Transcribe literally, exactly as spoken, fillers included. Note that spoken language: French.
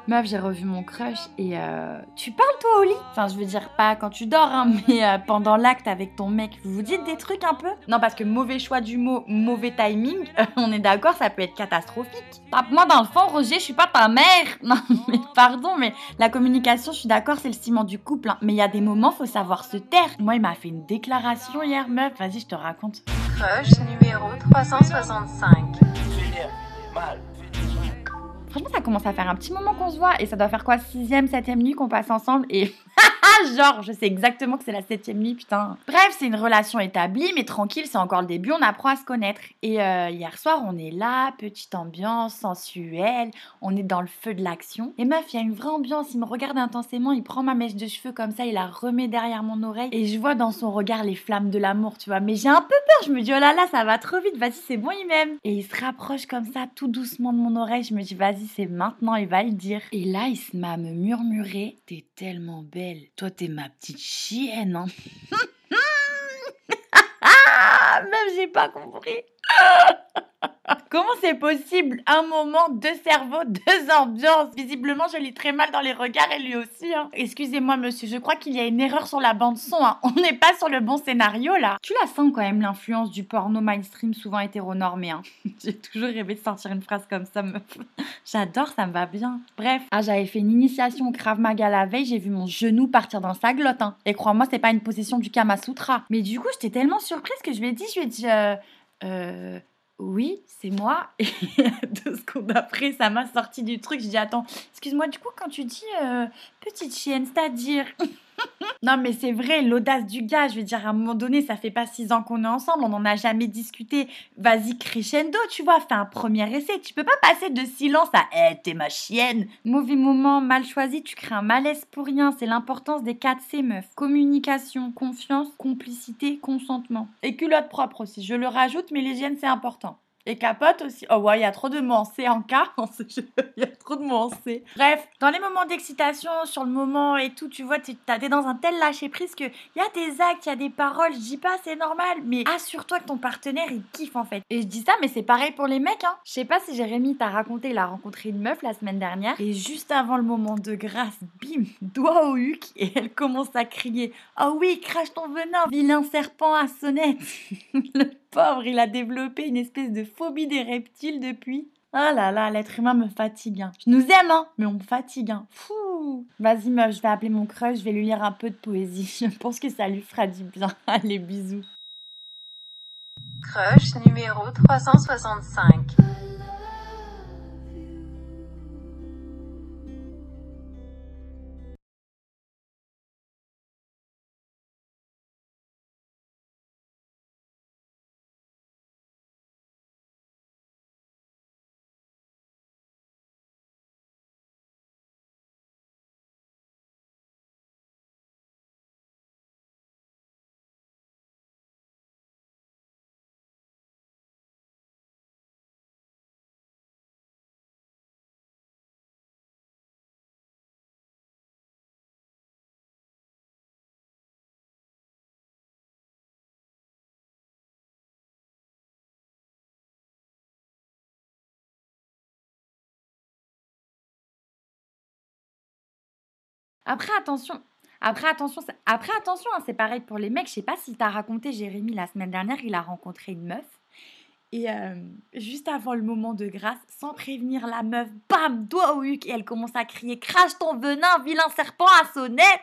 Meuf, j'ai revu mon crush et euh, tu parles toi au lit? Enfin, je veux dire pas quand tu dors, hein, mais euh, pendant l'acte avec ton mec, vous vous dites des trucs un peu? Non, parce que mauvais choix du mot, mauvais timing, on est d'accord, ça peut être catastrophique. Tape-moi dans le fond, Roger, je suis pas ta mère. Non, mais pardon, mais la communication, je suis d'accord, c'est le ciment du couple, hein, mais il y a des moments, faut savoir se taire. Moi, il m'a fait une déclaration hier, meuf, vas-y, je te raconte. Crush numéro trois cent soixante-cinq. Franchement, ça commence à faire un petit moment qu'on se voit et ça doit faire quoi, sixième, septième nuit qu'on passe ensemble et genre, je sais exactement que c'est la septième nuit, putain. Bref, c'est une relation établie, mais tranquille, c'est encore le début, on apprend à se connaître. Et euh, hier soir, on est là, petite ambiance sensuelle, on est dans le feu de l'action. Et meuf, il y a une vraie ambiance, il me regarde intensément, il prend ma mèche de cheveux comme ça, il la remet derrière mon oreille et je vois dans son regard les flammes de l'amour, tu vois. Mais j'ai un peu peur, je me dis, oh là là, ça va trop vite, vas-y, c'est bon, il m'aime. Et il se rapproche comme ça, tout doucement de mon oreille, je me dis, vas-y, c'est maintenant, il va le dire. Et là, il se met à me murmurer, t'es tellement belle. Toi, t'es ma petite chienne, hein. Ah, même j'ai pas compris. Comment c'est possible? Un moment, deux cerveaux, deux ambiances. Visiblement, je lis très mal dans les regards et lui aussi. Hein. Excusez-moi, monsieur, je crois qu'il y a une erreur sur la bande-son. Hein. On n'est pas sur le bon scénario, là. Tu la sens quand même, l'influence du porno mainstream souvent hétéronormé. Hein. J'ai toujours rêvé de sortir une phrase comme ça, meuf. J'adore, ça me va bien. Bref, ah, j'avais fait une initiation au Krav Maga la veille, j'ai vu mon genou partir dans sa glotte. Hein. Et crois-moi, c'est pas une position du Kama Sutra. Mais du coup, j'étais tellement surprise que je lui ai dit, je lui ai dit... Euh... euh oui, c'est moi. Et deux secondes après, ça m'a sorti du truc. Je dis, attends, excuse-moi, du coup, quand tu dis euh, petite chienne, c'est-à-dire... Non, mais c'est vrai, l'audace du gars, je veux dire, à un moment donné, ça fait pas six ans qu'on est ensemble, on n'en a jamais discuté. Vas-y, crescendo, tu vois, fais un premier essai. Tu peux pas passer de silence à « Eh, t'es ma chienne !» Mauvais moment, mal choisi, tu crées un malaise pour rien. C'est l'importance des quatre C, meuf. Communication, confiance, complicité, consentement. Et culotte propre aussi, je le rajoute, mais l'hygiène, c'est important. Et capote aussi. Oh ouais, il y a trop de mots en C en K. Il y a trop de mots en C. Bref, dans les moments d'excitation, sur le moment et tout, tu vois, t'es dans un tel lâcher prise que il y a des actes, il y a des paroles. Je dis pas c'est normal, mais assure-toi que ton partenaire il kiffe en fait. Et je dis ça, mais c'est pareil pour les mecs. Hein. Je sais pas si Jérémy t'a raconté, il a rencontré une meuf la semaine dernière et juste avant le moment de grâce, bim, doigt au huc et elle commence à crier. Oh oui, crache ton venin, vilain serpent à sonnette. Le pauvre, il a développé une espèce de phobie des reptiles depuis. Ah là là, l'être humain me fatigue. Hein. Je nous aime, hein, mais on me fatigue. Hein. Fou. Vas-y meuf, je vais appeler mon crush, je vais lui lire un peu de poésie. Je pense que ça lui fera du bien. Allez, bisous. Crush numéro trois cent soixante-cinq. Après, attention. Après, attention, c'est- Après, attention hein, c'est pareil pour les mecs. Je sais pas si t'as raconté, Jérémy, la semaine dernière, il a rencontré une meuf. Et euh, juste avant le moment de grâce, sans prévenir la meuf, bam, doigt au huc, et elle commence à crier « Crache ton venin, vilain serpent à sonnette !»